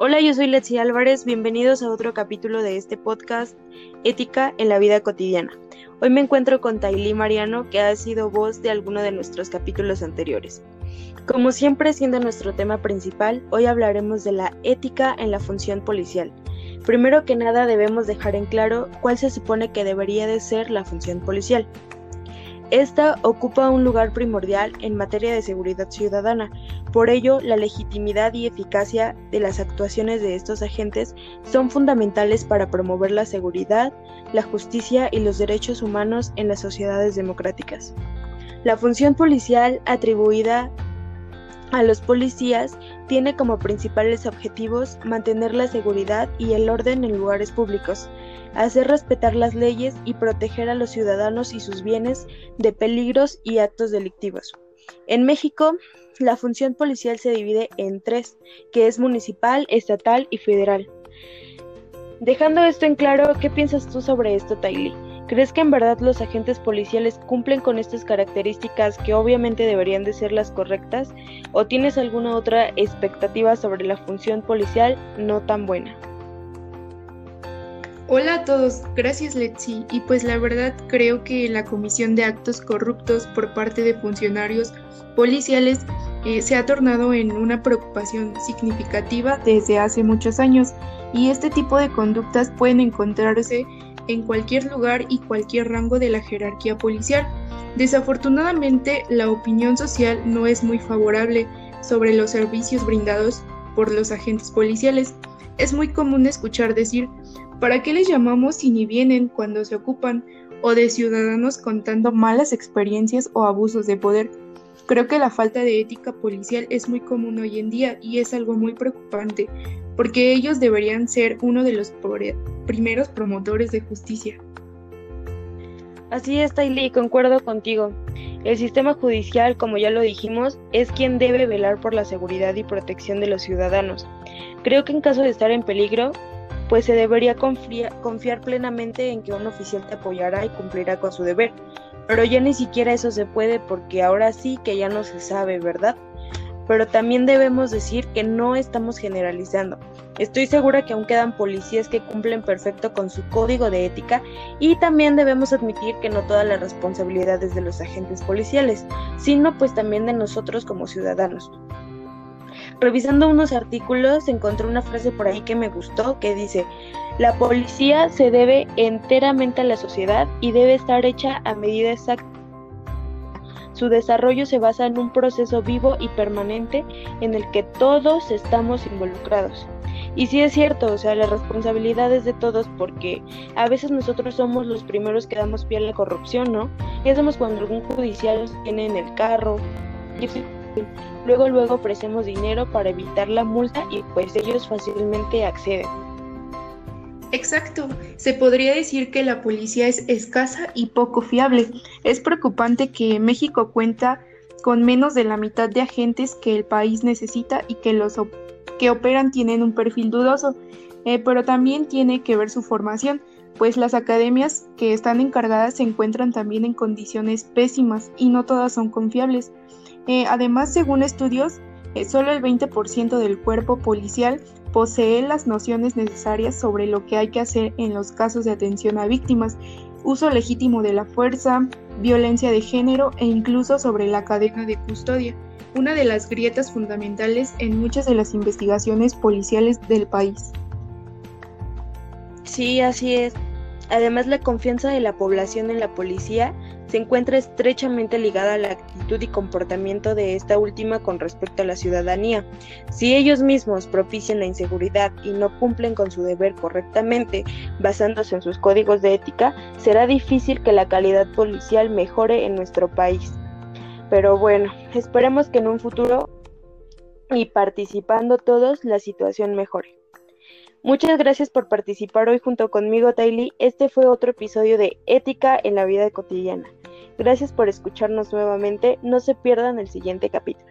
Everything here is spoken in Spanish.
Hola, yo soy Letzi Álvarez, bienvenidos a otro capítulo de este podcast, Ética en la Vida Cotidiana. Hoy me encuentro con Tailí Mariano, que ha sido voz de alguno de nuestros capítulos anteriores. Como siempre, siendo nuestro tema principal, hoy hablaremos de la ética en la función policial. Primero que nada, debemos dejar en claro cuál se supone que debería de ser la función policial. Esta ocupa un lugar primordial en materia de seguridad ciudadana, por ello la legitimidad y eficacia de las actuaciones de estos agentes son fundamentales para promover la seguridad, la justicia y los derechos humanos en las sociedades democráticas. La función policial atribuida a los policías tiene como principales objetivos mantener la seguridad y el orden en lugares públicos, hacer respetar las leyes y proteger a los ciudadanos y sus bienes de peligros y actos delictivos. En México, la función policial se divide en tres, que es municipal, estatal y federal. Dejando esto en claro, ¿qué piensas tú sobre esto, Tailí? ¿Crees que en verdad los agentes policiales cumplen con estas características que obviamente deberían de ser las correctas? ¿O tienes alguna otra expectativa sobre la función policial no tan buena? Hola a todos, gracias Letzi. Y pues la verdad creo que la comisión de actos corruptos por parte de funcionarios policiales se ha tornado en una preocupación significativa desde hace muchos años, y este tipo de conductas pueden encontrarse en cualquier lugar y cualquier rango de la jerarquía policial. Desafortunadamente, la opinión social no es muy favorable sobre los servicios brindados por los agentes policiales. Es muy común escuchar decir: ¿para qué les llamamos si ni vienen cuando se ocupan? O de ciudadanos contando malas experiencias o abusos de poder. Creo que la falta de ética policial es muy común hoy en día y es algo muy preocupante, porque ellos deberían ser uno de los primeros promotores de justicia. Así es, Tailí, concuerdo contigo. El sistema judicial, como ya lo dijimos, es quien debe velar por la seguridad y protección de los ciudadanos. Creo que en caso de estar en peligro, pues se debería confiar plenamente en que un oficial te apoyará y cumplirá con su deber. Pero ya ni siquiera eso se puede, porque ahora sí que ya no se sabe, ¿verdad? Pero también debemos decir que no estamos generalizando. Estoy segura que aún quedan policías que cumplen perfecto con su código de ética, y también debemos admitir que no toda la responsabilidad es de los agentes policiales, sino pues también de nosotros como ciudadanos. Revisando unos artículos encontré una frase por ahí que me gustó, que dice: la policía se debe enteramente a la sociedad y debe estar hecha a medida exacta. Su desarrollo se basa en un proceso vivo y permanente en el que todos estamos involucrados. Y sí es cierto, la responsabilidad es de todos, porque a veces nosotros somos los primeros que damos pie a la corrupción, ¿no? ¿Qué hacemos cuando algún judicial nos tiene en el carro? Luego ofrecemos dinero para evitar la multa y pues ellos fácilmente acceden. Exacto, se podría decir que la policía es escasa y poco fiable. Es preocupante que México cuenta con menos de la mitad de agentes que el país necesita y que los que operan tienen un perfil dudoso, pero también tiene que ver su formación, pues las academias que están encargadas se encuentran también en condiciones pésimas y no todas son confiables. Además, según estudios, solo el 20% del cuerpo policial posee las nociones necesarias sobre lo que hay que hacer en los casos de atención a víctimas, uso legítimo de la fuerza, violencia de género e incluso sobre la cadena de custodia, una de las grietas fundamentales en muchas de las investigaciones policiales del país. Sí, así es. Además, la confianza de la población en la policía se encuentra estrechamente ligada a la actitud y comportamiento de esta última con respecto a la ciudadanía. Si ellos mismos propician la inseguridad y no cumplen con su deber correctamente, basándose en sus códigos de ética, será difícil que la calidad policial mejore en nuestro país. Pero bueno, esperemos que en un futuro y participando todos, la situación mejore. Muchas gracias por participar hoy junto conmigo, Tailí. Este fue otro episodio de Ética en la Vida Cotidiana. Gracias por escucharnos nuevamente. No se pierdan el siguiente capítulo.